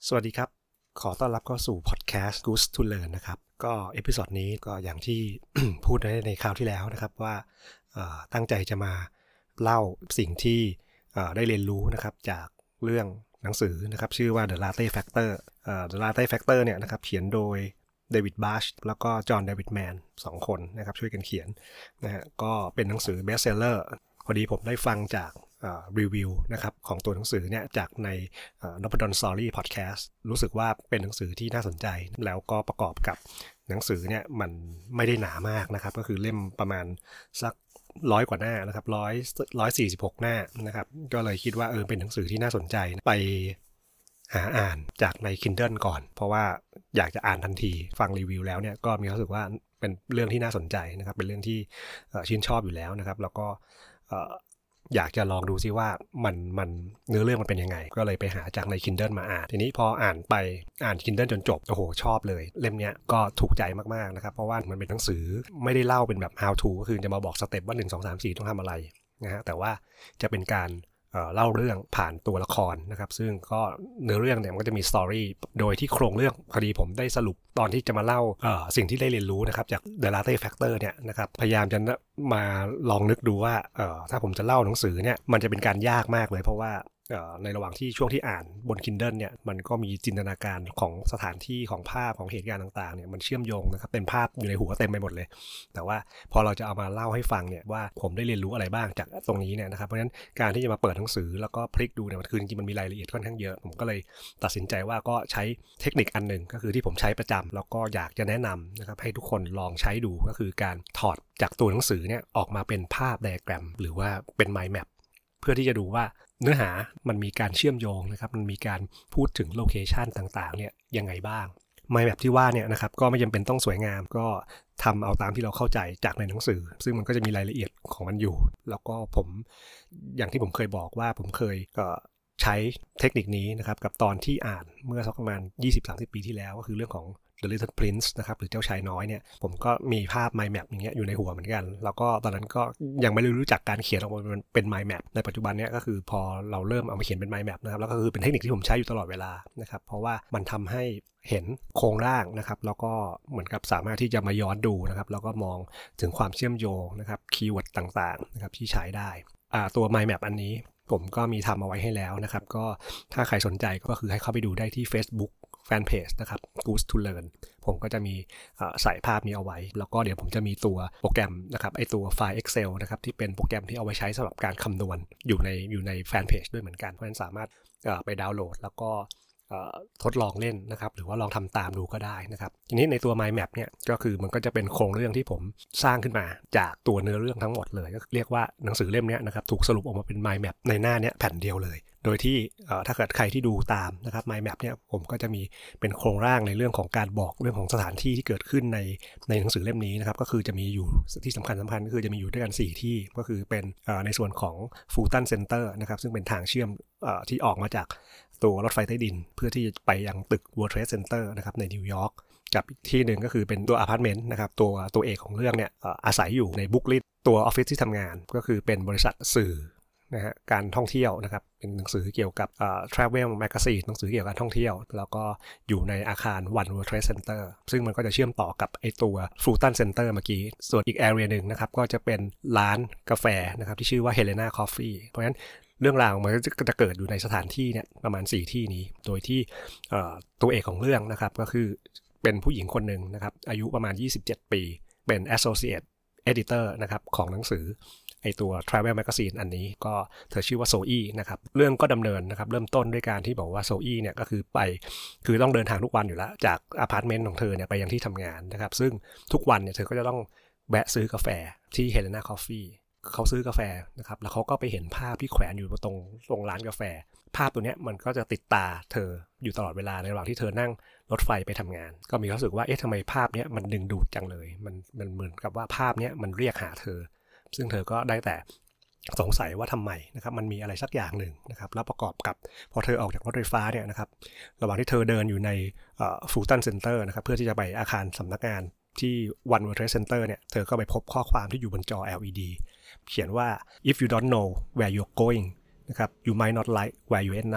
สวัสดีครับขอต้อนรับเข้าสู่พอดแคสต์ Good to Learn นะครับก็เอพิโซดนี้ก็อย่างที่ พูดในคราวที่แล้วนะครับว่าตั้งใจจะมาเล่าสิ่งที่ได้เรียนรู้นะครับจากเรื่องหนังสือนะครับชื่อว่า The Latte Factor The Latte Factor เนี่ยนะครับเขียนโดยเดวิดบาชแล้วก็จอห์นเดวิดแมน2คนนะครับช่วยกันเขียนนะฮะก็เป็นหนังสือเบสเซลเลอร์พอดีผมได้ฟังจากรีวิวนะครับของตัวหนังสือเนี่ยจากในNopadon Story Podcast รู้สึกว่าเป็นหนังสือที่น่าสนใจแล้วก็ประกอบกับหนังสือเนี่ยมันไม่ได้หนามากนะครับก็คือเล่มประมาณสัก100 กว่าหน้านะครับ146 หน้านะครับก็เลยคิดว่าเป็นหนังสือที่น่าสนใจไปหาอ่านจากใน Kindle ก่อนเพราะว่าอยากจะอ่านทันทีฟังรีวิวแล้วเนี่ยก็มีความรู้สึกว่าเป็นเรื่องที่น่าสนใจนะครับเป็นเรื่องที่ชื่นชอบอยู่แล้วนะครับแล้วก็อยากจะลองดูซิว่ามันเนื้อเรื่องมันเป็นยังไงก็เลยไปหาจากใน Kindle มาอ่านทีนี้พออ่าน Kindle จนจบโอ้โหชอบเลยเล่มเนี้ยก็ถูกใจมากๆนะครับเพราะว่ามันเป็นหนังสือไม่ได้เล่าเป็นแบบ how to ก็คือจะมาบอกสเต็ปว่า1 2 3 4ต้องทำอะไรนะฮะแต่ว่าจะเป็นการเล่าเรื่องผ่านตัวละครนะครับซึ่งก็เนื้อเรื่องเนี่ยมันก็จะมีสตอรี่โดยที่โครงเรื่องพอดีผมได้สรุปตอนที่จะมาเล่าสิ่งที่ได้เรียนรู้นะครับจาก The Latte Factor เนี่ยนะครับพยายามจะมาลองนึกดูว่าถ้าผมจะเล่าหนังสือเนี่ยมันจะเป็นการยากมากเลยเพราะว่าในระหว่างที่ช่วงที่อ่านบน Kindle เนี่ยมันก็มีจินตนาการของสถานที่ของภาพของเหตุการณ์ต่างๆเนี่ยมันเชื่อมโยงนะครับเป็นภาพอยู่ในหัวเต็มไปหมดเลยแต่ว่าพอเราจะเอามาเล่าให้ฟังเนี่ยว่าผมได้เรียนรู้อะไรบ้างจากตรงนี้เนี่ยนะครับเพราะฉะนั้นการที่จะมาเปิดหนังสือแล้วก็พลิกดูเนี่ยมันคือจริงๆมันมีรายละเอียดค่อนข้างเยอะผมก็เลยตัดสินใจว่าก็ใช้เทคนิคอันหนึ่งก็คือที่ผมใช้ประจำแล้วก็อยากจะแนะนำนะครับให้ทุกคนลองใช้ดูก็คือการถอดจากตัวหนังสือเนี่ยออกมาเป็นภาพไดอะแกรมหรือว่าเป็น mind map เพื่อที่จะดูว่าเนื้อหามันมีการเชื่อมโยงนะครับมันมีการพูดถึงโลเคชันต่างๆเนี่ยยังไงบ้างmind map ที่ว่าเนี่ยนะครับก็ไม่จำเป็นต้องสวยงามก็ทำเอาตามที่เราเข้าใจจากในหนังสือซึ่งมันก็จะมีรายละเอียดของมันอยู่แล้วก็ผมอย่างที่ผมเคยบอกว่าผมเคยใช้เทคนิคนี้นะครับกับตอนที่อ่านเมื่อสักประมาณ 20-30 ปีที่แล้วก็คือเรื่องของThe Little Prince นะครับหรือเจ้าชายน้อยเนี่ยผมก็มีภาพ mind map อย่างเงี้ยอยู่ในหัวเหมือนกันแล้วก็ตอนนั้นก็ยังไม่รู้จักการเขียนออกมาเป็น mind map ในปัจจุบันเนี้ยก็คือพอเราเริ่มเอามาเขียนเป็น mind map นะครับแล้วก็คือเป็นเทคนิคที่ผมใช้อยู่ตลอดเวลานะครับเพราะว่ามันทำให้เห็นโครงร่างนะครับแล้วก็เหมือนกับสามารถที่จะมาย้อนดูนะครับแล้วก็มองถึงความเชื่อมโยงนะครับคีย์เวิร์ดต่างๆนะครับที่ใช้ได้ตัว mind map อันนี้ผมก็มีทำเอาไว้ให้แล้วนะครับก็ถ้าใครสนใจก็คือให้เข้าไปดูได้ที่ Facebookแฟนเพจนะครับ Good to Learn ผมก็จะมีใส่ภาพนี้เอาไว้แล้วก็เดี๋ยวผมจะมีตัวโปรแกรมนะครับไอตัวไฟล์ Excel นะครับที่เป็นโปรแกรมที่เอาไว้ใช้สำหรับการคำนวณอยู่ในแฟนเพจด้วยเหมือนกันเพราะฉะนั้นสามารถไปดาวน์โหลดแล้วก็ทดลองเล่นนะครับหรือว่าลองทำตามดูก็ได้นะครับทีนี้ในตัว mind map เนี่ยก็คือมันก็จะเป็นโครงเรื่องที่ผมสร้างขึ้นมาจากตัวเนื้อเรื่องทั้งหมดเลยก็เรียกว่าหนังสือเล่มนี้นะครับถูกสรุปออกมาเป็น mind map ในหน้านี้แผ่นเดียวเลยโดยที่ถ้าเกิดใครที่ดูตามนะครับ mind map เนี่ยผมก็จะมีเป็นโครงร่างในเรื่องของการบอกเรื่องของสถานที่ที่เกิดขึ้นในหนังสือเล่มนี้นะครับก็คือจะมีอยู่ที่สำคัญก็คือจะมีอยู่ด้วยกัน4ที่ก็คือเป็นในส่วนของ Fulton Center นะครับซึ่งเป็นทางเชื่อมที่ออกมาจากตัวรถไฟใต้ดินเพื่อที่จะไปยังตึก World Trade Center นะครับในนิวยอร์กกับอีกที่หนึ่งก็คือเป็นตัวอพาร์ตเมนต์นะครับตัวเอกของเรื่องเนี่ยอาศัยอยู่ในบุ๊กลิสตัวออฟฟิศที่ทำงานก็คือเป็นบริษัทสื่อนะฮะการท่องเที่ยวนะครับเป็นหนังสือเกี่ยวกับTravel Magazine หนังสือเกี่ยวกับการท่องเที่ยวแล้วก็อยู่ในอาคาร One World Trade Center ซึ่งมันก็จะเชื่อมต่อกับไอตัว Fulton Center เมื่อกี้ส่วนอีก area นึงนะครับก็จะเป็นร้านกาแฟนะครับที่ชื่อว่า Helena Coffee เพราะฉะนั้นเรื่องราวมันก็จะเกิดอยู่ในสถานที่เนี่ยประมาณ4ที่นี้โดยที่ตัวเอกของเรื่องนะครับก็คือเป็นผู้หญิงคนหนึ่งนะครับอายุประมาณ27 ปีเป็น Associate Editor นะครับของหนังสือไอตัว Travel Magazine อันนี้ก็เธอชื่อว่าโซอี้นะครับเรื่องก็ดำเนินนะครับเริ่มต้นด้วยการที่บอกว่าโซอี้เนี่ยก็คือต้องเดินทางทุกวันอยู่แล้วจากอพาร์ตเมนต์ของเธอเนี่ยไปยังที่ทำงานนะครับซึ่งทุกวันเนี่ยเธอก็จะต้องแวะซื้อกาแฟที่ Helena Coffeeเขาซื้อกาแฟนะครับแล้วเขาก็ไปเห็นภาพที่แขวนอยู่ตรงร้านกาแฟภาพตัวเนี้ยมันก็จะติดตาเธออยู่ตลอดเวลาในระหว่างที่เธอนั่งรถไฟไปทำงานก็มีความรู้สึกว่าทำไมภาพเนี้ยมันดึงดูดจังเลยมันเหมือนกับว่าภาพเนี้ยมันเรียกหาเธอซึ่งเธอก็ได้แต่สงสัยว่าทำไมนะครับมันมีอะไรสักอย่างหนึ่งนะครับแล้วประกอบกับพอเธอออกจากรถไฟฟ้าเนี่ยนะครับระหว่างที่เธอเดินอยู่ในFulton Center นะครับเพื่อที่จะไปอาคารสำนักงานที่ One World Trade Center เนี่ยเธอก็ไปพบข้อความที่อยู่บนจอ LED เขียนว่า if you don't know where you're going นะครับ you might not like where you end up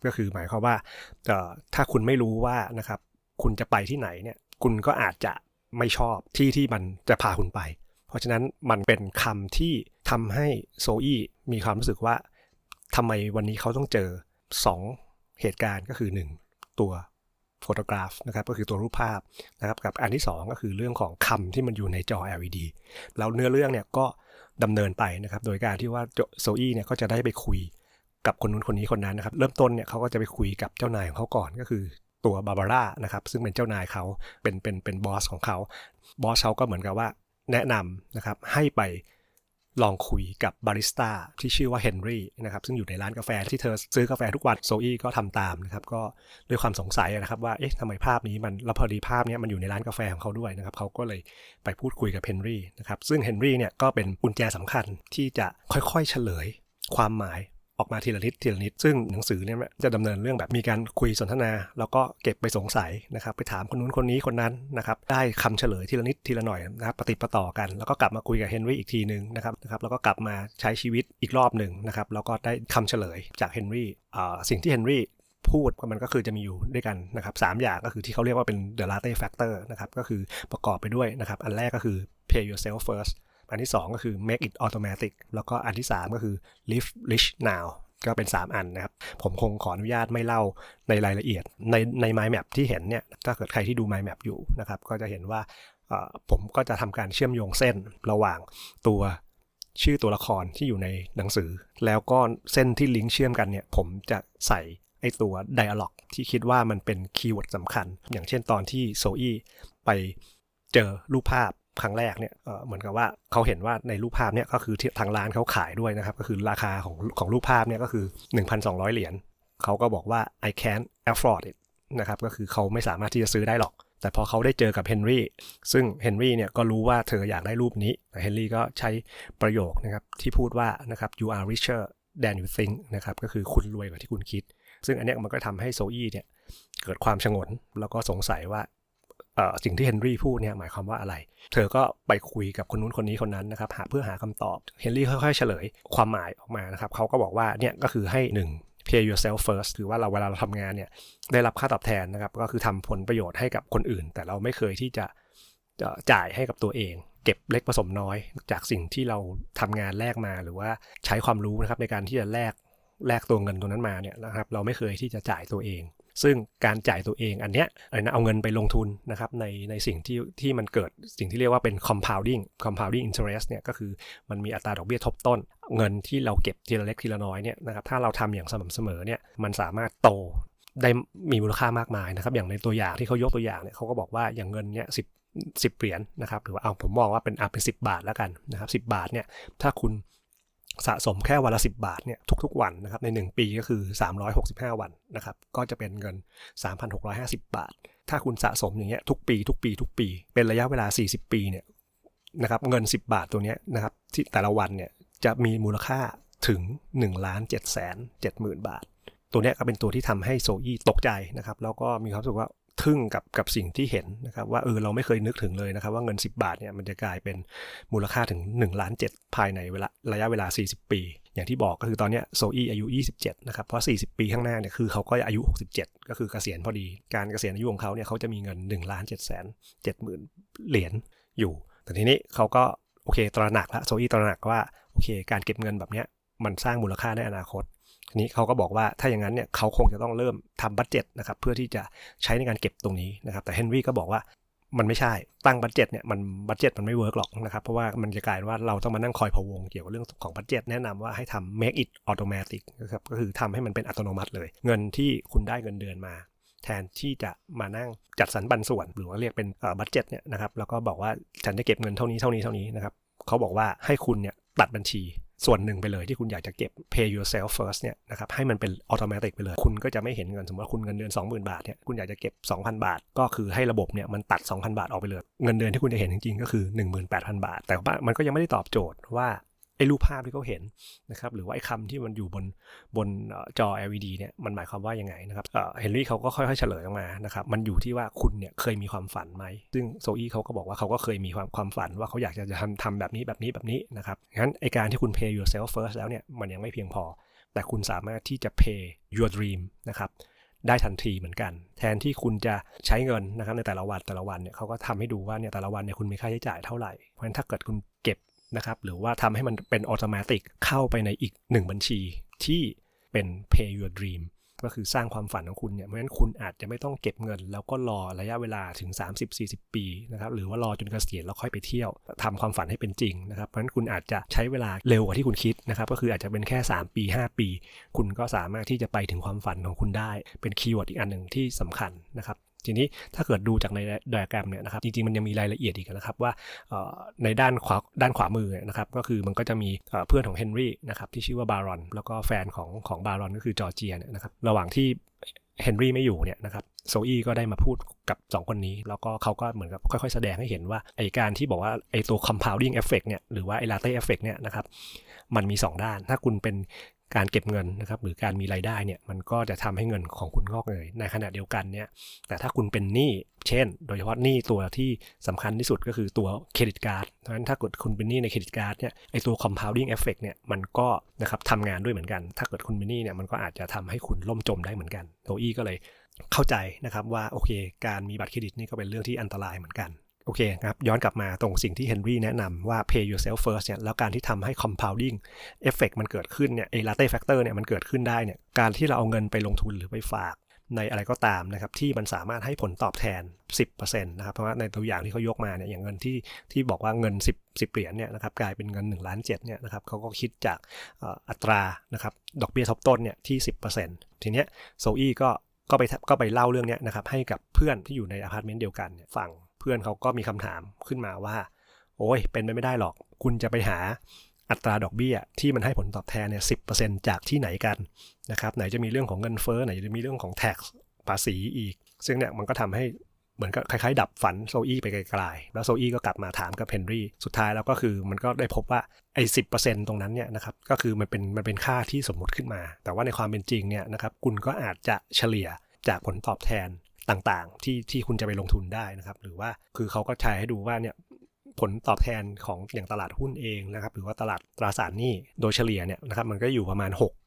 ก็คือหมายความว่าถ้าคุณไม่รู้ว่านะครับคุณจะไปที่ไหนเนี่ยคุณก็อาจจะไม่ชอบที่มันจะพาคุณไปเพราะฉะนั้นมันเป็นคำที่ทำให้โซอี้มีความรู้สึกว่าทำไมวันนี้เขาต้องเจอ2เหตุการณ์ก็คือ1ตัวโฟโตกราฟนะครับก็คือตัวรูปภาพนะครับกับอันที่2ก็คือเรื่องของคำที่มันอยู่ในจอ LED แล้วเนื้อเรื่องเนี่ยก็ดำเนินไปนะครับโดยการที่ว่าโซอี้เนี่ยก็จะได้ไปคุยกับคนนู้นคนนี้คนนั้นนะครับเริ่มต้นเนี่ยเขาก็จะไปคุยกับเจ้านายของเขาก่อนก็คือตัวบาบาร่านะครับซึ่งเป็นเจ้านายเขาเป็นบอสของเขาบอสเขาก็เหมือนกับว่าแนะนำนะครับให้ไปลองคุยกับบาริสต้าที่ชื่อว่าเฮนรี่นะครับซึ่งอยู่ในร้านกาแฟที่เธอซื้อกาแฟทุกวันโซอี้ก็ทำตามนะครับก็ด้วยความสงสัยนะครับว่าเอ๊ะทำไมภาพนี้มันแล้วพอดีภาพนี้มันอยู่ในร้านกาแฟของเขาด้วยนะครับเขาก็เลยไปพูดคุยกับเฮนรี่นะครับซึ่งเฮนรี่เนี่ยก็เป็นกุญแจสำคัญที่จะค่อยๆเฉลยความหมายออกมาทีละนิดซึ่งหนังสือเนี่ยจะดำเนินเรื่องแบบมีการคุยสนทนาแล้วก็เก็บไปสงสัยนะครับไปถามคนนู้นคนนี้คนนั้นนะครับได้คำเฉลยทีละนิดทีละหน่อยนะครับปฏิปต่อกันแล้วก็กลับมาคุยกับเฮนรี่อีกทีนึงนะครับแล้วก็กลับมาใช้ชีวิตอีกรอบหนึ่งนะครับแล้วก็ได้คำเฉลยจากเฮนรี่สิ่งที่เฮนรี่พูดมันก็คือจะมีอยู่ด้วยกันนะครับ3อย่างก็คือที่เขาเรียกว่าเป็น the latte factor นะครับก็คือประกอบไปด้วยนะครับอันแรกก็คือ pay yourself firstอันที่2ก็คือ make it automatic แล้วก็อันที่3ก็คือ live rich now ก็เป็น3อันนะครับผมคงขออนุญาตไม่เล่าในรายละเอียดใน mind map ที่เห็นเนี่ยถ้าเกิดใครที่ดู mind map อยู่นะครับก็จะเห็นว่าผมก็จะทำการเชื่อมโยงเส้นระหว่างตัวชื่อตัวละครที่อยู่ในหนังสือแล้วก็เส้นที่ลิงก์เชื่อมกันเนี่ยผมจะใส่ไอตัว dialogue ที่คิดว่ามันเป็นคีย์เวิร์ดสำคัญอย่างเช่นตอนที่โซอี้ไปเจอรูปภาพครั้งแรกเนี่ยเหมือนกับว่าเขาเห็นว่าในรูปภาพเนี่ยก็คือทางร้านเขาขายด้วยนะครับก็คือราคาของรูปภาพเนี่ยก็คือ 1,200 เหรียญเขาก็บอกว่า I can't afford it นะครับก็คือเขาไม่สามารถที่จะซื้อได้หรอกแต่พอเขาได้เจอกับเฮนรี่ซึ่งเฮนรี่เนี่ยก็รู้ว่าเธออยากได้รูปนี้แต่เฮนรี่ก็ใช้ประโยคนะครับที่พูดว่านะครับ you are richer than you think นะครับก็คือคุณรวยกว่าที่คุณคิดซึ่งอันนี้มันก็ทำให้โซอี้เนี่ยเกิดความฉงนแล้วก็สงสัยว่าสิ่งที่เฮนรี่พูดเนี่ยหมายความว่าอะไรเธอก็ไปคุยกับคนนู้นคนนี้คนนั้นนะครับเพื่อหาคำตอบเฮนรี่ค่อยๆเฉลยความหมายออกมานะครับเขาก็บอกว่าเนี่ยก็คือให้1 pay yourself first คือว่าเวลาเราทำงานเนี่ยได้รับค่าตอบแทนนะครับก็คือทำผลประโยชน์ให้กับคนอื่นแต่เราไม่เคยที่จะจ่ายให้กับตัวเองเก็บเล็กผสมน้อยจากสิ่งที่เราทำงานแลกมาหรือว่าใช้ความรู้นะครับในการที่จะแลกตัวเงินตัวนั้นมาเนี่ยนะครับเราไม่เคยที่จะจ่ายตัวเองซึ่งการจ่ายตัวเองอันเนี้ยเอาเงินไปลงทุนนะครับในสิ่งที่มันเกิดสิ่งที่เรียกว่าเป็น compounding interest เนี่ยก็คือมันมีอัตราดอกเบี้ยทบต้นเงินที่เราเก็บทีละเล็กทีละน้อยเนี่ยนะครับถ้าเราทำอย่างสม่ำเสมอเนี่ยมันสามารถโตได้มีมูลค่ามากมายนะครับอย่างในตัวอย่างที่เขายกตัวอย่างเนี่ยเขาก็บอกว่าอย่างเงินเนี่ย10เหรียญนะครับหรือว่าผมมองว่าเป็น10 บาทแล้วกันนะครับ10 บาทเนี่ยถ้าคุณสะสมแค่วันละ10 บาทเนี่ยทุกๆวันนะครับใน1ปีก็คือ365วันนะครับก็จะเป็นเงิน 3,650 บาทถ้าคุณสะสมอย่างเงี้ยทุกปีเป็นระยะเวลา40 ปีเนี่ยนะครับเงิน10 บาทตัวเนี้ยนะครับที่แต่ละวันเนี่ยจะมีมูลค่าถึง 1,770,000 บาทตัวเนี้ยก็เป็นตัวที่ทำให้โซอี้ตกใจนะครับแล้วก็มีความรู้สึกว่าทึ่งกับสิ่งที่เห็นนะครับว่าเราไม่เคยนึกถึงเลยนะครับว่าเงิน10 บาทเนี่ยมันจะกลายเป็นมูลค่าถึง1,700,000ภายในระยะเวลา40 ปีอย่างที่บอกก็คือตอนนี้โซอี้อายุ27นะครับเพราะ40 ปีข้างหน้าเนี่ยคือเขาก็อายุ67ก็คือเกษียณพอดีการเกษียณอายุของเขาเนี่ยเขาจะมีเงิน 1,770,000 เหรียญอยู่แต่ทีนี้เขาก็โอเคตระหนักละโซอี้ตระหนักว่าโอเคการเก็บเงินแบบนี้มันสร้างมูลค่าในอนาคตทีนี้เขาก็บอกว่าถ้าอย่างนั้นเนี่ยเขาคงจะต้องเริ่มทำบัดเจ็ตนะครับเพื่อที่จะใช้ในการเก็บตรงนี้นะครับแต่เฮนรี่ก็บอกว่ามันไม่ใช่ตั้งบัดเจ็ตเนี่ยบัดเจ็ตมันไม่เวิร์กหรอกนะครับเพราะว่ามันจะกลายว่าเราต้องมานั่งคอยพะวงเกี่ยวกับเรื่องของบัดเจ็ตแนะนำว่าให้ทำ make it automatic นะครับก็คือทำให้มันเป็นอัตโนมัติเลยเงินที่คุณได้เงินเดือนมาแทนที่จะมานั่งจัดสรรปันส่วนหรือว่าเรียกเป็นบัดเจ็ตเนี่ยนะครับแล้วก็บอกว่าฉันจะเก็บเงินเท่านี้นะครับเขาบอกว่าให้คุณเนี่ยตัดบัญชีส่วนหนึ่งไปเลยที่คุณอยากจะเก็บ pay yourself first เนี่ยนะครับให้มันเป็น automatic ไปเลยคุณก็จะไม่เห็นเงินสมมติว่าคุณเงินเดือน 20,000 บาทเนี่ยคุณอยากจะเก็บ 2,000 บาทก็คือให้ระบบเนี่ยมันตัด 2,000 บาทออกไปเลยเงินเดือนที่คุณจะเห็นจริงๆก็คือ 18,000 บาทแต่ว่ามันก็ยังไม่ได้ตอบโจทย์ว่าไอ้รูปภาพที่เขาเห็นนะครับหรือว่าไอ้คำที่มันอยู่บนจอ LED เนี่ยมันหมายความว่ายังไงนะครับเฮนรี่เขาก็ค่อยๆเฉลยออกมานะครับมันอยู่ที่ว่าคุณเนี่ยเคยมีความฝันไหมซึ่งโซอี้เขาก็บอกว่าเขาก็เคยมีความฝันว่าเขาอยากจะทำแบบนี้นะครับงั้นไอ้การที่คุณ pay yourself first แล้วเนี่ยมันยังไม่เพียงพอแต่คุณสามารถที่จะ pay your dream นะครับได้ทันทีเหมือนกันแทนที่คุณจะใช้เงินนะครับในแต่ละวันเนี่ยเขาก็ทำให้ดูว่าเนี่ยแต่ละวันเนี่ยคุณมีค่าใช้จ่ายเท่าไหร่เพราะฉะนั้นถ้าเกิดคุณเก็บนะครับหรือว่าทำให้มันเป็นอัตโนมัติเข้าไปในอีก1บัญชีที่เป็น pay your dream ก็คือสร้างความฝันของคุณเนี่ยเพราะฉะนั้นคุณอาจจะไม่ต้องเก็บเงินแล้วก็รอระยะเวลาถึง 30-40 ปีนะครับหรือว่ารอจนเกษียณแล้วค่อยไปเที่ยวทำความฝันให้เป็นจริงนะครับเพราะฉะนั้นคุณอาจจะใช้เวลาเร็วกว่าที่คุณคิดนะครับก็คืออาจจะเป็นแค่3ปี5ปีคุณก็สามารถที่จะไปถึงความฝันของคุณได้เป็นคีย์เวิร์ดอีกอันหนึ่งที่สำคัญนะครับทีนี้ถ้าเกิดดูจากในไดอะแกรมเนี่ยนะครับจริงๆมันยังมีรายละเอียดอีกนะครับว่าในด้านขวามือนะครับก็คือมันก็จะมีเพื่อนของเฮนรี่นะครับที่ชื่อว่าบารอนแล้วก็แฟนของบารอนก็คือจอร์เจียเนี่ยนะครับระหว่างที่เฮนรี่ไม่อยู่เนี่ยนะครับโซอี้ก็ได้มาพูดกับ2คนนี้แล้วก็เขาก็เหมือนกับค่อยๆแสดงให้เห็นว่าไอ้การที่บอกว่าไอ้ตัว compounding effect เนี่ยหรือว่าไอ้ latte effect เนี่ยนะครับมันมี2ด้านถ้าคุณเป็นการเก็บเงินนะครับหรือการมีรายได้เนี่ยมันก็จะทำให้เงินของคุณงอกเงยในขณะเดียวกันเนี่ยแต่ถ้าคุณเป็นหนี้เช่นโดยเฉพาะหนี้ตัวที่สำคัญที่สุดก็คือตัวเครดิตการ์ดเพราะฉะนั้นถ้าเกิดคุณเป็นหนี้ในเครดิตการ์ดเนี่ยไอตัว compounding effect เนี่ยมันก็นะครับทำงานด้วยเหมือนกันถ้าเกิดคุณเป็นหนี้เนี่ยมันก็อาจจะทำให้คุณล่มจมได้เหมือนกันโทอี้ก็เลยเข้าใจนะครับว่าโอเคการมีบัตรเครดิตนี่ก็เป็นเรื่องที่อันตรายเหมือนกันโอเคครับย้อนกลับมาตรงสิ่งที่เฮนรี่แนะนำว่า pay yourself first เนี่ยแล้วการที่ทำให้ compounding effect มันเกิดขึ้นเนี่ยไอ้ latte factor เนี่ยมันเกิดขึ้นได้เนี่ยการที่เราเอาเงินไปลงทุนหรือไปฝากในอะไรก็ตามนะครับที่มันสามารถให้ผลตอบแทน 10% นะครับเพราะว่าในตัวอย่างที่เขายกมาเนี่ยอย่างเงินที่บอกว่าเงิน10เหรียญเนี่ยนะครับกลายเป็นเงิน1.7 ล้านเนี่ยนะครับเขาก็คิดจากอัตรานะครับดอกเบี้ยทบต้นเนี่ยที่ 10% ทีเนี้ยโซอี้ก็ไปเล่าเรื่องนี้นะครับให้กับเพื่อนที่อยู่ในอพาร์ตเมนต์เดียวกันเนี่ยฟังเพื่อนเขาก็มีคำถามขึ้นมาว่าโอ้ยเป็นไปไม่ได้หรอกคุณจะไปหาอัตราดอกเบี้ยที่มันให้ผลตอบแทนเนี่ย 10% จากที่ไหนกันนะครับไหนจะมีเรื่องของเงินเฟ้อไหนจะมีเรื่องของ tax ภาษีอีกซึ่งเนี่ยมันก็ทำให้เหมือนกับคล้ายๆดับฝันโซอี้ไปไกลๆแล้วโซอี้ก็กลับมาถามกับเฮนรี่สุดท้ายแล้วก็คือมันก็ได้พบว่าไอ้ 10% ตรงนั้นเนี่ยนะครับก็คือมันเป็นค่าที่สมมุติขึ้นมาแต่ว่าในความเป็นจริงเนี่ยนะครับคุณก็อาจจะเฉลี่ยจากผลตอบแทนต่างๆที่คุณจะไปลงทุนได้นะครับหรือว่าคือเขาก็ใช้ให้ดูว่าเนี่ยผลตอบแทนของอย่างตลาดหุ้นเองนะครับหรือว่าตลาดตราสารหนี้โดยเฉลี่ยเนี่ยนะครับมันก็อยู่ประมาณ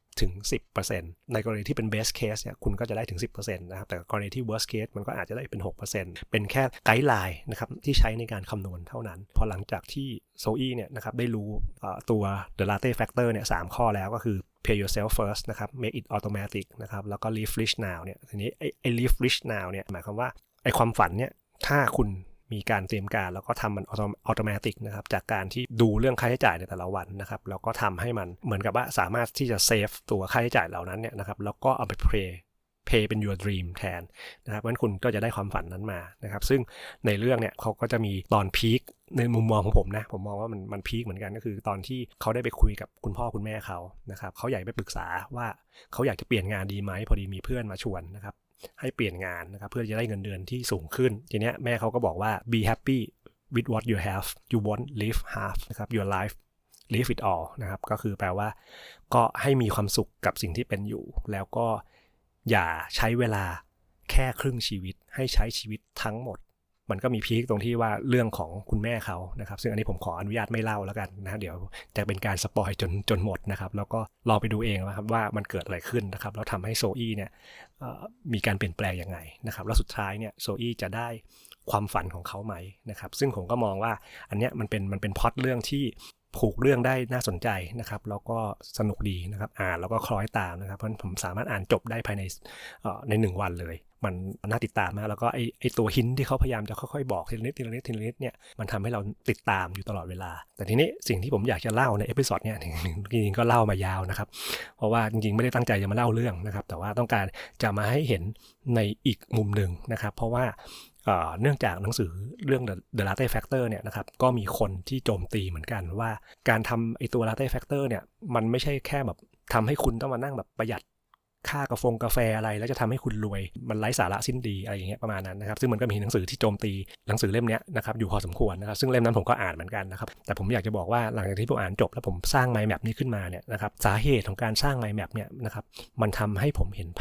6-10% ในกรณีที่เป็น best case เนี่ยคุณก็จะได้ถึง 10% นะครับแต่กรณีที่ worst case มันก็อาจจะได้เป็น 6% เป็นแค่ไกด์ไลน์นะครับที่ใช้ในการคำนวณเท่านั้นพอหลังจากที่โซอี้เนี่ยนะครับได้รู้ตัว the latte factor เนี่ย3ข้อแล้วก็คือ pay yourself first นะครับ make it automatic นะครับแล้วก็ live rich now เนี่ยทีนี้ไอ้ live rich now เนี่ยหมายความว่าไอ้ความฝันเนี่ยถ้าคุณมีการเตรียมการแล้วก็ทำมันอัตโนมัตินะครับจากการที่ดูเรื่องค่าใช้จ่ายในแต่ละวันนะครับแล้วก็ทำให้มันเหมือนกับว่าสามารถที่จะเซฟตัวค่าใช้จ่ายเหล่านั้นเนี่ยนะครับแล้วก็เอาไปpay เป็น your dream แทนนะครับเพราะฉะนั้นคุณก็จะได้ความฝันนั้นมานะครับซึ่งในเรื่องเนี่ยเขาก็จะมีตอนพีคในมุมมองของผมนะผมมองว่ามันพีคเหมือนกันก็คือตอนที่เขาได้ไปคุยกับคุณพ่อคุณแม่เขานะครับเขาอยากไปปรึกษาว่าเขาอยากจะเปลี่ยนงานดีไหมพอดีมีเพื่อนมาชวนนะครับให้เปลี่ยนงานนะครับเพื่อจะได้เงินเดือนที่สูงขึ้นทีเนี้ยแม่เขาก็บอกว่า be happy with what you have you won't live half นะครับ your life live it all นะครับก็คือแปลว่าก็ให้มีความสุขกับสิ่งที่เป็นอยู่แล้วก็อย่าใช้เวลาแค่ครึ่งชีวิตให้ใช้ชีวิตทั้งหมดมันก็มีพีคตรงที่ว่าเรื่องของคุณแม่เขานะครับซึ่งอันนี้ผมขออนุญาตไม่เล่าแล้วกันนะเดี๋ยวจะเป็นการสปอยจนหมดนะครับแล้วก็ลองไปดูเองนะครับว่ามันเกิดอะไรขึ้นนะครับแล้วทำให้โซอี้เนี่ยมีการเปลี่ยนแปลงยังไงนะครับแล้วสุดท้ายเนี่ยโซอี้จะได้ความฝันของเขาไหมนะครับซึ่งผมก็มองว่าอันเนี้ยมันเป็นพล็อตเรื่องที่ผูกเรื่องได้น่าสนใจนะครับแล้วก็สนุกดีนะครับอ่านแล้วก็คล้อยตามนะครับเพราะผมสามารถอ่านจบได้ภายใน1 วันเลยมันน่าติดตามมากแล้วก็ไอตัวหินที่เขาพยายามจะค่อยๆบอกทีละนิดเนี่ยมันทำให้เราติดตามอยู่ตลอดเวลาแต่ทีนี้สิ่งที่ผมอยากจะเล่าในเอพิโซดเนี่ยจริงๆก็เล่ามายาวนะครับเพราะว่าจริงๆไม่ได้ตั้งใจจะมาเล่าเรื่องนะครับแต่ว่าต้องการจะมาให้เห็นในอีกมุมหนึ่งนะครับเพราะว่าเนื่องจากหนังสือเรื่อง The Latte Factor เนี่ยนะครับก็มีคนที่โจมตีเหมือนกันว่าการทำไอตัว Latte Factor เนี่ยมันไม่ใช่แค่แบบทำให้คุณต้องมานั่งแบบประหยัดค่ากาแฟอะไรแล้วจะทำให้คุณรวยมันไร้สาระสิ้นดีอะไรอย่างเงี้ยประมาณนั้นนะครับซึ่งมันก็มีหนังสือที่โจมตีหนังสือเล่มนี้นะครับอยู่พอสมควรนะครับซึ่งเล่มนั้นผมก็อ่านเหมือนกันนะครับแต่ผมอยากจะบอกว่าหลังจากที่ผมอ่านจบแล้วผมสร้าง mind map นี้ขึ้นมาเนี่ยนะครับสาเหตุของการสร้าง mind map เนี่ยนะครับมันทำให้ผมเห็นภาพ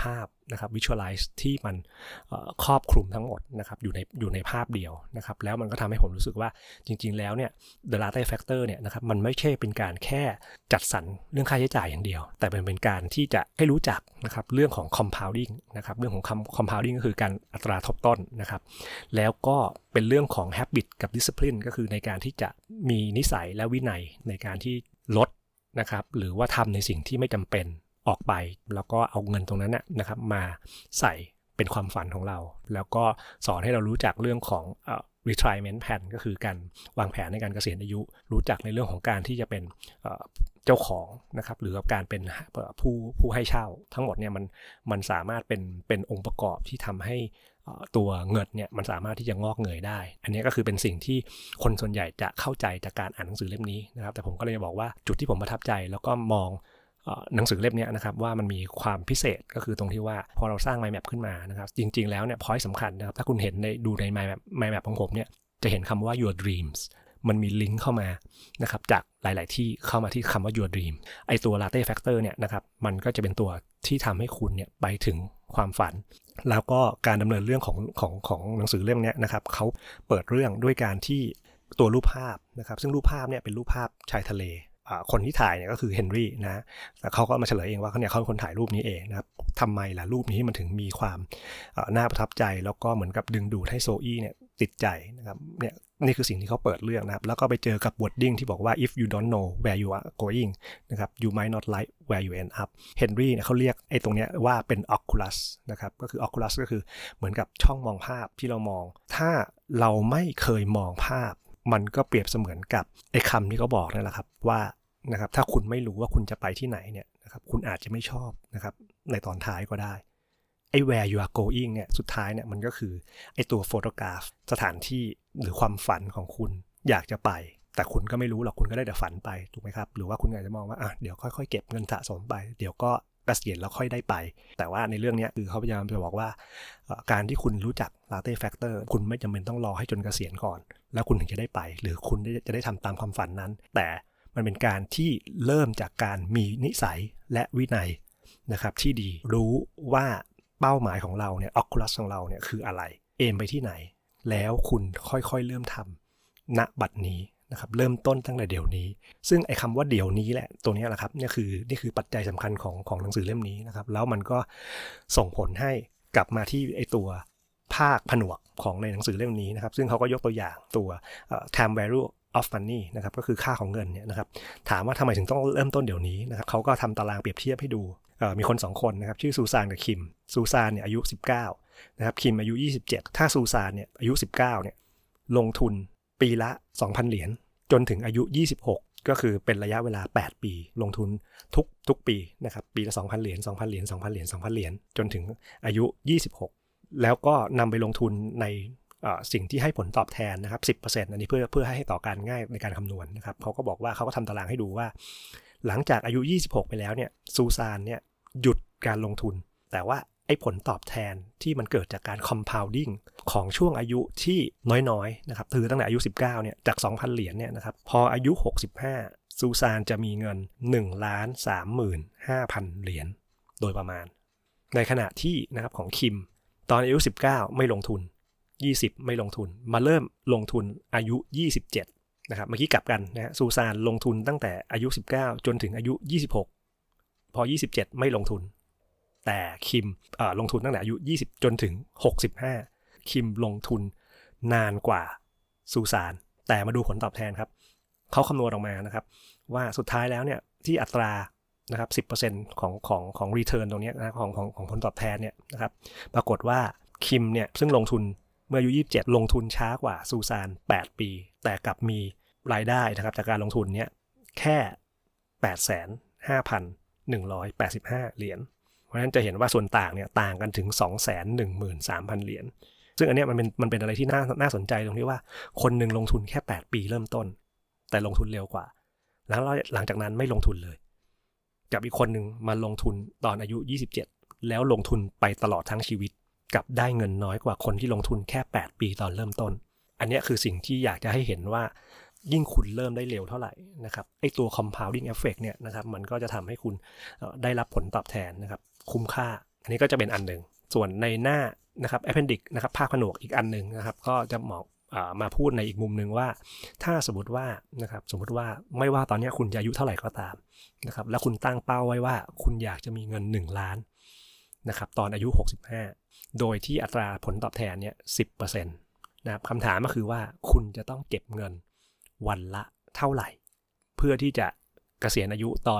นะครับ visualize ที่มันครอบคลุมทั้งหมดนะครับอยู่ในภาพเดียวนะครับแล้วมันก็ทำให้ผมรู้สึกว่าจริงๆแล้วเนี่ย The Latte Factor เนี่ยนะครับมันไม่ใช่เป็นการแค่จัดสรรเรื่องค่าใช้จ่ายอย่างเดียวแต่เป็นการที่จะให้รู้จักนะครับเรื่องของ compounding นะครับเรื่องของ compounding ก็คือการอัตราทบต้นนะครับแล้วก็เป็นเรื่องของ habit กับ discipline ก็คือในการที่จะมีนิสัยและวินัยในการที่ลดนะครับหรือว่าทำในสิ่งที่ไม่จำเป็นออกไปแล้วก็เอาเงินตรงนั้นนะครับมาใส่เป็นความฝันของเราแล้วก็สอนให้เรารู้จักเรื่องของretirement plan ก็คือการวางแผนในการเกษียณอายุรู้จักในเรื่องของการที่จะเป็นเจ้าของนะครับหรือการเป็นผู้ให้เช่าทั้งหมดเนี่ยมันสามารถเป็นองค์ประกอบที่ทำให้ตัวเงินเนี่ยมันสามารถที่จะงอกเงยได้อันนี้ก็คือเป็นสิ่งที่คนส่วนใหญ่จะเข้าใจจากการอ่านหนังสือเล่มนี้นะครับแต่ผมก็เลยบอกว่าจุดที่ผมประทับใจแล้วก็มองหนังสือเล่มนี้นะครับว่ามันมีความพิเศษก็คือตรงที่ว่าพอเราสร้าง mind map ขึ้นมานะครับจริงๆแล้วเนี่ย point สำคัญนะครับถ้าคุณเห็นดูใน mind map ของผมเนี่ยจะเห็นคำว่า your dreams มันมีลิงก์เข้ามานะครับจากหลายๆที่เข้ามาที่คำว่า your dream ไอตัว latte factor เนี่ยนะครับมันก็จะเป็นตัวที่ทำให้คุณเนี่ยไปถึงความฝันแล้วก็การดำเนินเรื่องของหนังสือเล่มนี้นะครับเขาเปิดเรื่องด้วยการที่ตัวรูปภาพนะครับซึ่งรูปภาพเนี่ยเป็นรูปภาพชายทะเลคนที่ถ่ายเนี่ยก็คือเฮนรี่นะแต่เขาก็มาเฉลยเองว่าเขาเป็นคนถ่ายรูปนี้เองนะครับทำไมล่ะรูปนี้มันถึงมีความน่าประทับใจแล้วก็เหมือนกับดึงดูดให้โซอี้เนี่ยติดใจนะครับเนี่ยนี่คือสิ่งที่เขาเปิดเรื่องนะครับแล้วก็ไปเจอกับ wording ที่บอกว่า if you don't know where you are going นะครับ you might not like where you end up เฮนรี่เนี่ยเขาเรียกไอ้ตรงเนี้ยว่าเป็น oculus นะครับก็คือ oculus ก็คือเหมือนกับช่องมองภาพที่เรามองถ้าเราไม่เคยมองภาพมันก็เปรียบเสมือนกับไอ้คำที่เขาบอกนั่นแหละครับว่านะครับถ้าคุณไม่รู้ว่าคุณจะไปที่ไหนเนี่ยนะครับคุณอาจจะไม่ชอบนะครับในตอนท้ายก็ได้ไอ้ where you are going เนี่ยสุดท้ายเนี่ยมันก็คือไอ้ตัวโฟโตกราฟสถานที่หรือความฝันของคุณอยากจะไปแต่คุณก็ไม่รู้หรอกคุณก็ได้แต่ฝันไปถูกไหมครับหรือว่าคุณอาจจะมองว่าเดี๋ยวค่อยๆเก็บเงินสะสมไปเดี๋ยวก็เกษียณแล้วค่อยได้ไปแต่ว่าในเรื่องนี้คือเขาพยายามจะบอกว่าการที่คุณรู้จัก Latte Factor คุณไม่จำเป็นต้องรอให้จนเกษียณก่อนแล้วคุณถึงจะได้ไปหรือคุณจะได้ทำตามความฝันนั้นแต่มันเป็นการที่เริ่มจากการมีนิสัยและวินัยนะครับที่ดีรู้ว่าเป้าหมายของเราเนี่ยออคูลัสของเราเนี่ยคืออะไรเอมไปที่ไหนแล้วคุณค่อยๆเริ่มทำณบัดนี้นะครับเริ่มต้นตั้งแต่เดี๋ยวนี้ซึ่งไอ้คำว่าเดี๋ยวนี้แหละตัวนี้แหละครับนี่คือปัจจัยสำคัญของหนังสือเล่มนี้นะครับแล้วมันก็ส่งผลให้กลับมาที่ไอ้ตัวภาคผนวกของในหนังสือเล่มนี้นะครับซึ่งเขาก็ยกตัวอย่างตัวtime value of money นะครับก็คือค่าของเงินเนี่ยนะครับถามว่าทำไมถึงต้องเริ่มต้นเดี๋ยวนี้นะครับเขาก็ทำตารางเปรียบเทียบให้ดูมีคน2คนนะครับชื่อซูซานกับคิมซูซานเนี่ยอายุ19นะครับคิมอายุ27ถ้าซูซานเนี่ยอายุ19เนี่ยลงทุนปีละ 2,000 เหรียญจนถึงอายุ26ก็คือเป็นระยะเวลา8ปีลงทุนทุกปีนะครับปีละ 2,000 เหรียญ 2,000 เหรียญ 2,000 เหรียญ 2,000 เหรียญจนถึงอายุ26แล้วก็นำไปลงทุนในสิ่งที่ให้ผลตอบแทนนะครับ 10% อันนี้เพื่อให้ต่อการง่ายในการคำนวณนะครับเขาก็บอกว่าเขาก็ทำตารางให้ดูว่าหลังจากอายุ26ไปแล้วเนี่ยซูซานเนี่ยหยุดการลงทุนแต่ว่าไอ้ผลตอบแทนที่มันเกิดจากการ compounding ของช่วงอายุที่น้อยๆนะครับคือตั้งแต่อายุ19เนี่ยจาก 2,000 เหรียญเนี่ยนะครับพออายุ65ซูซานจะมีเงิน 1,35,000 เหรียญโดยประมาณในขณะที่นะครับของคิมตอนอายุ19ไม่ลงทุน20ไม่ลงทุนมาเริ่มลงทุนอายุ27นะครับเมื่อกี้กลับกันนะฮะซูซานลงทุนตั้งแต่อายุ19จนถึงอายุ26พอ27ไม่ลงทุนแต่คิมลงทุนตั้งแต่อายุ20จนถึง65คิมลงทุนนานกว่าซูซานแต่มาดูผลตอบแทนครับเขาคำนวณออกมานะครับว่าสุดท้ายแล้วเนี่ยที่อัตรานะครับ 10% ของ return ตรงนี้นะของผลตอบแทนเนี่ยนะครับปรากฏว่าคิมเนี่ยซึ่งลงทุนเมื่ออายุ27ลงทุนช้ากว่าซูซาน8ปีแต่กลับมีรายได้นะครับจากการลงทุนเนี่ยแค่ 85,185 เหรียญเพราะฉะนั้นจะเห็นว่าส่วนต่างเนี่ยต่างกันถึง 213,000 เหรียญซึ่งอันนี้มันเป็นอะไรที่น่าสนใจตรงที่ว่าคนหนึ่งลงทุนแค่8ปีเริ่มต้นแต่ลงทุนเร็วกว่าแล้วหลังจากนั้นไม่ลงทุนเลยกับอีกคนหนึ่งมาลงทุนตอนอายุ27แล้วลงทุนไปตลอดทั้งชีวิตกับได้เงินน้อยกว่าคนที่ลงทุนแค่8ปีตอนเริ่มต้นอันนี้คือสิ่งที่อยากจะให้เห็นว่ายิ่งคุณเริ่มได้เร็วเท่าไหร่นะครับไอ้ตัว compounding effect เนี่ยนะครับมันก็จะทำให้คุณได้รับผลตอบแทนนะครับคุ้มค่าอันนี้ก็จะเป็นอันหนึ่งส่วนในหน้านะครับ appendix นะครับภาคผนวกอีกอันหนึ่งนะครับก็จะมาพูดในอีกมุมหนึ่งว่าถ้าสมมติว่าไม่ว่าตอนนี้คุณจะอายุเท่าไหร่ก็ตามนะครับแล้วคุณตั้งเป้าไว้ว่าคุณอยากจะมีเงิน1ล้านนะครับตอนอายุ65โดยที่อัตราผลตอบแทนเนี่ย 10% นะครับคำถามก็คือว่าคุณจะต้องเก็บเงินวันละเท่าไหร่เพื่อที่จะเกษียณอายุตอน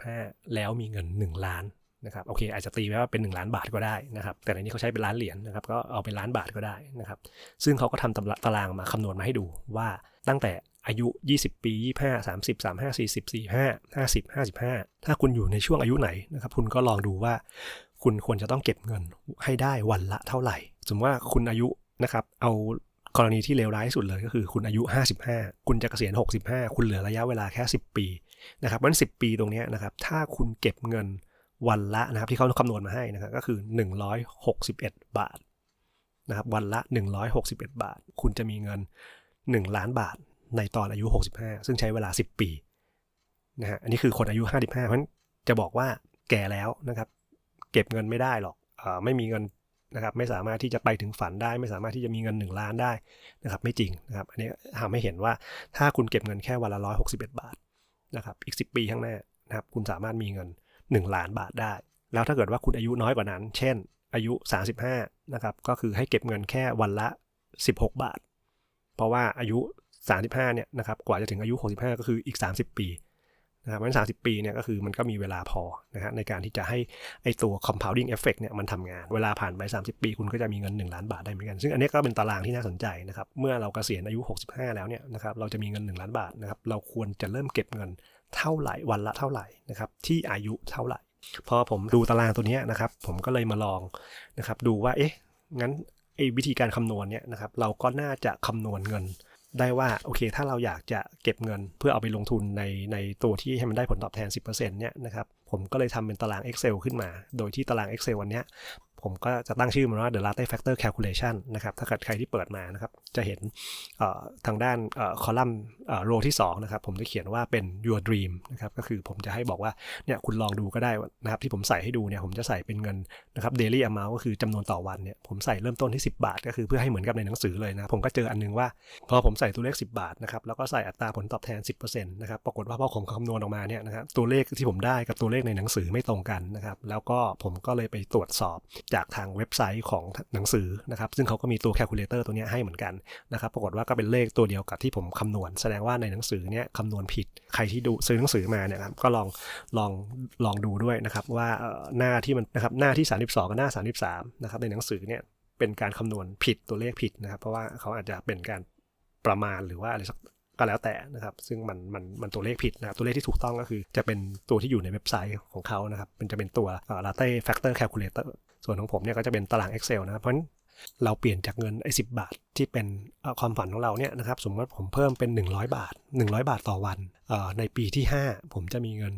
65แล้วมีเงิน1ล้านนะครับโอเคอาจจะตีไว้ว่าเป็น1ล้านบาทก็ได้นะครับแต่ในนี้เขาใช้เป็นล้านเหรียญนะครับก็เอาเป็นล้านบาทก็ได้นะครับซึ่งเขาก็ทำตารางมาคำนวณมาให้ดูว่าตั้งแต่อายุ20ปี25 30 35 40 45 50 55ถ้าคุณอยู่ในช่วงอายุไหนนะครับคุณก็ลองดูว่าคุณควรจะต้องเก็บเงินให้ได้วันละเท่าไหร่สมมติว่าคุณอายุนะครับเอากรณีที่เลวร้ายที่สุดเลยก็คือคุณอายุ55คุณจะเกษียณ65คุณเหลือระยะเวลาแค่10ปีนะครับมัน10ปีตรงนี้นะครับถ้าคุณเก็บเงินวันละนะครับที่เขาคำนวณมาให้นะครับก็คือ161บาทนะครับวันละ161บาทคุณจะมีเงิน1ล้านบาทในตอนอายุ65ซึ่งใช้เวลา10ปีนะฮะอันนี้คือคนอายุ55เพราะฉะนั้นจะบอกว่าแก่แล้วนะครับเก็บเงินไม่ได้หรอกไม่มีเงินนะครับไม่สามารถที่จะไปถึงฝันได้ไม่สามารถที่จะมีเงิน1ล้านได้นะครับไม่จริงนะครับอันนี้ทำให้เห็นว่าถ้าคุณเก็บเงินแค่วันละ161บาทนะครับอีก10ปีข้างหน้านะครับคุณสามารถมีเงิน1ล้านบาทได้แล้วถ้าเกิดว่าคุณอายุน้อยกว่านั้นเช่นอายุ35นะครับก็คือให้เก็บเงินแค่วันละ16บาทเพราะว่าอายุ35เนี่ยนะครับกว่าจะถึงอายุ65ก็คืออีก30ปีนะครับมัน30ปีเนี่ยก็คือมันก็มีเวลาพอนะฮะในการที่จะให้ไอตัว compounding effect เนี่ยมันทำงานเวลาผ่านไป30ปีคุณก็จะมีเงิน1ล้านบาทได้เหมือนกันซึ่งอันนี้ก็เป็นตารางที่น่าสนใจนะครับเมื่อเราเกษียณอายุ65แล้วเนี่ยนะครับเราจะมีเงิน1ล้านบาทนะครับเราควรจะเริ่มเก็บเงินเท่าไหร่วันละเท่าไหร่นะครับที่อายุเท่าไหร่พอผมดูตารางตัวนี้นะครับผมก็เลยมาลองนะครับดูว่างั้นไอ้วิธีการคำนวณเนี่ยนะครับเราก็น่าจะคำนวณเงินได้ว่าโอเคถ้าเราอยากจะเก็บเงินเพื่อเอาไปลงทุนในตัวที่ให้มันได้ผลตอบแทน 10% เนี่ยนะครับผมก็เลยทำเป็นตาราง Excel ขึ้นมาโดยที่ตาราง Excel วันนี้ผมก็จะตั้งชื่อมันว่า The Latte Factor Calculation นะครับถ้าเกิดใครที่เปิดมานะครับจะเห็นทางด้านคอลัมน์โรที่2นะครับผมจะเขียนว่าเป็น Your Dream นะครับก็คือผมจะให้บอกว่าเนี่ยคุณลองดูก็ได้นะครับที่ผมใส่ให้ดูเนี่ยผมจะใส่เป็นเงินนะครับ Daily Amount ก็คือจำนวนต่อวันเนี่ยผมใส่เริ่มต้นที่10บาทก็คือเพื่อให้เหมือนกับในหนังสือเลยนะผมก็เจออันนึงว่าพอผมใส่ตัวเลข10บาทนะครับแล้วก็ใส่อัตราผลตอบแทน 10% นะครับปรากฏว่าพอผมคำนวณออกมาเนี่ยนะครับตัวเลขที่ผมได้กับตัวเลขในหนังสือไม่ตรงกันนะครับแล้วก็ผมก็เลยไปตรวจสอบจากทางเว็บไซต์ของหนังสือนะครับซึ่งเขาก็มีตัวแคลคูลเลเตอร์ตัวนี้ให้เหมือนกันนะครับปรากฏว่าก็เป็นเลขตัวเดียวกับที่ผมคำนวณแสดงว่าในหนังสือเนี่ยคำนวณผิดใครที่ดูซื้อหนังสือมาเนี่ยครับก็ลองดูด้วยนะครับว่าหน้าที่มันนะครับหน้าที่32กับหน้า33นะครับในหนังสือเนี่ยเป็นการคำนวณผิดตัวเลขผิดนะครับเพราะว่าเขาอาจจะเป็นการประมาณหรือว่าอะไรสักก็แล้วแต่นะครับซึ่งมันตัวเลขผิดนะตัวเลขที่ถูกต้องก็คือจะเป็นตัวที่อยู่ในเว็บไซต์ของเขานะครับมันจะเป็นตัว Latte Factor Calculator ส่วนของผมเนี่ยก็จะเป็นตาราง Excel นะครับเพราะฉะนั้นเราเปลี่ยนจากเงิน10บาทที่เป็นความฝันของเราเนี่ยนะครับสมมติว่าผมเพิ่มเป็น100บาท100บาทต่อวันในปีที่5ผมจะมีเงิน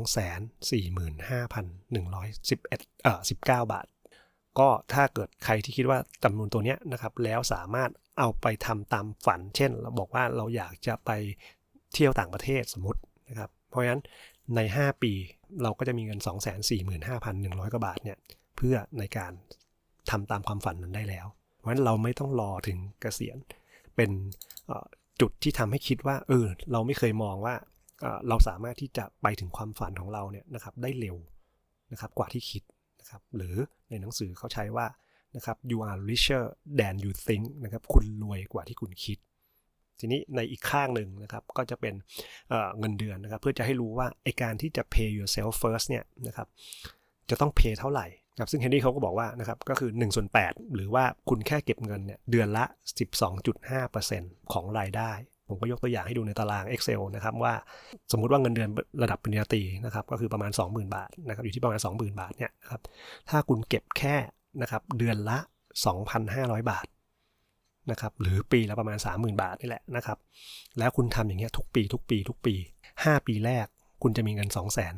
245,119 บาทก็ถ้าเกิดใครที่คิดว่าจำนวนตัวเนี้ยนะครับแล้วสามารถเอาไปทำตามฝันเช่นเราบอกว่าเราอยากจะไปเที่ยวต่างประเทศสมมตินะครับเพราะฉะนั้นใน5ปีเราก็จะมีเงิน 245,100 กว่าบาทเนี่ยเพื่อในการทำตามความฝันนั้นได้แล้วเพราะฉะนั้นเราไม่ต้องรอถึงเกษียณเป็นจุดที่ทำให้คิดว่าเราไม่เคยมองว่าเราสามารถที่จะไปถึงความฝันของเราเนี่ยนะครับได้เร็วนะครับกว่าที่คิดนะครับหรือในหนังสือเขาใช้ว่านะครับ you are richer than you think นะครับคุณรวยกว่าที่คุณคิดทีนี้ในอีกข้างหนึ่งนะครับก็จะเป็นเงินเดือนนะครับเพื่อจะให้รู้ว่าไอการที่จะ pay yourself first เนี่ยนะครับจะต้อง pay เท่าไหร่ครับซึ่งเฮนรี่เขาก็บอกว่านะครับก็คือ1/8หรือว่าคุณแค่เก็บเงินเนี่ยเดือนละ 12.5% ของรายได้ผมก็ยกตัวอย่างให้ดูในตาราง Excel นะครับว่าสมมุติว่าเงินเดือนระดับปริญญาตรีนะครับก็คือประมาณ 20,000 บาทนะครับอยู่ที่ประมาณ 20,000 บาทเนี่ยนะครับถ้าคุณเก็บแค่นะครับเดือนละ 2,500 บาทนะครับหรือปีละประมาณ 30,000 บาทนี่แหละนะครับแล้วคุณทำอย่างเงี้ยทุกปี5ปีแรกคุณจะมีเงิน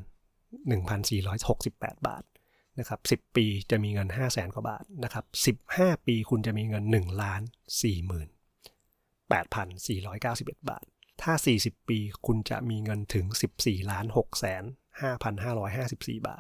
2,1,468 บาทนะครับ10ปีจะมีเงิน 500,000 กว่าบาทนะครับ15ปีคุณจะมีเงิน 1,48,491 บาทถ้า40ปีคุณจะมีเงินถึง 14,605,554 บาท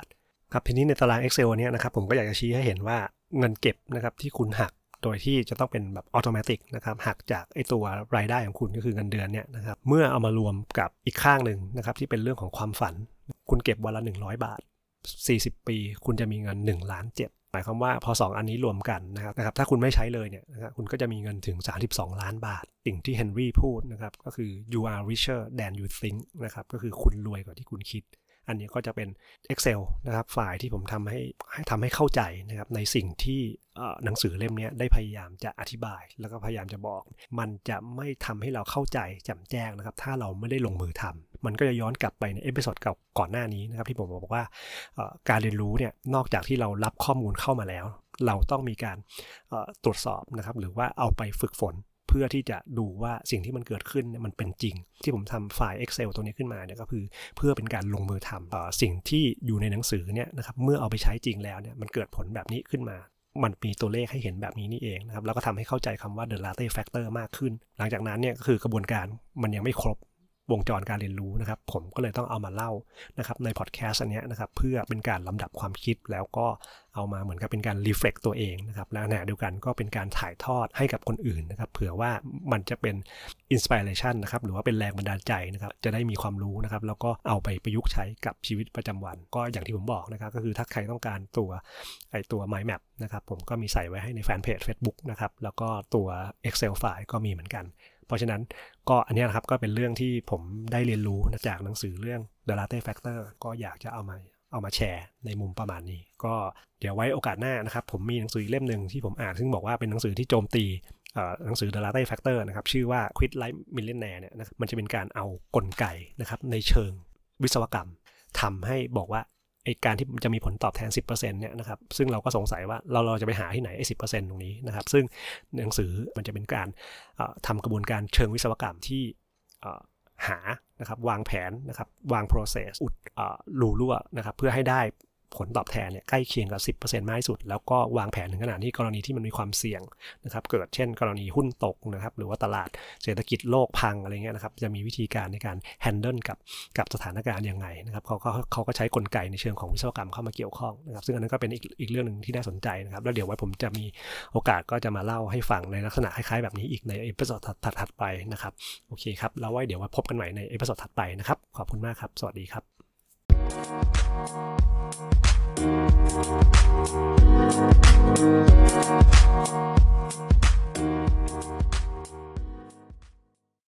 ครับทีนี้ในตาราง Excel เนี่ยนะครับผมก็อยากจะชี้ให้เห็นว่าเงินเก็บนะครับที่คุณหักโดยที่จะต้องเป็นแบบอัตโนมัตินะครับหักจากไอ้ตัวรายได้ของคุณก็คือเงินเดือนเนี่ยนะครับเมื่อเอามารวมกับอีกข้างหนึ่งนะครับที่เป็นเรื่องของความฝันคุณเก็บวันละ100 บาท40 ปีคุณจะมีเงิน1.7 ล้านหมายความว่าพอ2อันนี้รวมกันนะครับถ้าคุณไม่ใช้เลยเนี่ยนะครับคุณก็จะมีเงินถึง32 ล้านบาทสิ่งที่เฮนรี่พูดนะครับก็คือ you are richer than you think นะครับก็คือคุณรวยกว่าที่คุณคิดอันนี้ก็จะเป็น Excel นะครับไฟล์ที่ผมทำให้เข้าใจนะครับในสิ่งที่หนังสือเล่มนี้ได้พยายามจะอธิบายแล้วก็พยายามจะบอกมันจะไม่ทำให้เราเข้าใจแจ่มแจ้งนะครับถ้าเราไม่ได้ลงมือทำมันก็จะย้อนกลับไปในเอพิโซดก่อนหน้านี้นะครับที่ผมบอกว่าการเรียนรู้เนี่ยนอกจากที่เรารับข้อมูลเข้ามาแล้วเราต้องมีการตรวจสอบนะครับหรือว่าเอาไปฝึกฝนเพื่อที่จะดูว่าสิ่งที่มันเกิดขึ้นเนี่ยมันเป็นจริงที่ผมทำไฟล์ Excel ตัวนี้ขึ้นมาเนี่ยก็คือเพื่อเป็นการลงมือทำสิ่งที่อยู่ในหนังสือเนี่ยนะครับเมื่อเอาไปใช้จริงแล้วเนี่ยมันเกิดผลแบบนี้ขึ้นมามันมีตัวเลขให้เห็นแบบนี้นี่เองนะครับแล้วก็ทำให้เข้าใจคำว่า The Latte Factor มากขึ้นหลังจากนั้นเนี่ยก็คือกระบวนการมันยังไม่ครบวงจรการเรียนรู้นะครับผมก็เลยต้องเอามาเล่านะครับในพอดแคสต์อันนี้นะครับเพื่อเป็นการลำดับความคิดแล้วก็เอามาเหมือนกับเป็นการรีเฟล็กตัวเองนะครับและขณะเดียวกันก็เป็นการถ่ายทอดให้กับคนอื่นนะครับเผื่อว่ามันจะเป็นอินสปิเรชันนะครับหรือว่าเป็นแรงบันดาลใจนะครับจะได้มีความรู้นะครับแล้วก็เอาไปประยุกต์ใช้กับชีวิตประจำวันก็อย่างที่ผมบอกนะครับก็คือถ้าใครต้องการตัวmind map นะครับผมก็มีใส่ไว้ให้ในแฟนเพจ Facebook นะครับแล้วก็ตัว Excel ไฟล์ก็มีเหมือนกันเพราะฉะนั้นก็อันนี้นะครับก็เป็นเรื่องที่ผมได้เรียนรู้จากหนังสือเรื่อง The Latte Factor ก็อยากจะเอามาแชร์ในมุมประมาณนี้ก็เดี๋ยวไว้โอกาสหน้านะครับผมมีหนังสือเล่มหนึ่งที่ผมอ่านซึ่งบอกว่าเป็นหนังสือที่โจมตีหนังสือ The Latte Factor นะครับชื่อว่า Quit Like Millionaire เนี่ยนะครับมันจะเป็นการเอากลไกนะครับในเชิงวิศวกรรมทำให้บอกว่าการที่จะมีผลตอบแทน 10% เนี่ยนะครับซึ่งเราก็สงสัยว่าเราจะไปหาที่ไหนไอ้ 10% ตรงนี้นะครับซึ่งหนังสือมันจะเป็นการทำกระบวนการเชิงวิศวกรรมที่หานะครับวางแผนนะครับวาง process อุดรูรั่วนะครับเพื่อให้ได้ผลตอบแทนเนี่ยใกล้เคียงกับ 10% มากที่สุดแล้วก็วางแผนถึงขนาดที่กรณีที่มันมีความเสี่ยงนะครับเกิดเช่นกรณีหุ้นตกนะครับหรือว่าตลาดเศรษฐกิจโลกพังอะไรเงี้ยนะครับจะมีวิธีการในการ handle กับสถานการณ์ยังไงนะครับเขาก็ใช้กลไกในเชิงของวิศวกรรมเข้ามาเกี่ยวข้องนะครับซึ่งอันนั้นก็เป็นอีกเรื่องนึงที่น่าสนใจนะครับแล้วเดี๋ยวไว้ผมจะมีโอกาสก็จะมาเล่าให้ฟังในลักษณะคล้ายๆแบบนี้อีกในเอพิโซดถัดไปนะครับโอเคครับแล้วไว้เดี๋ยวไว้พบกันใหม่ในเอพิโซดถัดไปนะครับขอบคุณมากครับสวัสดีครับ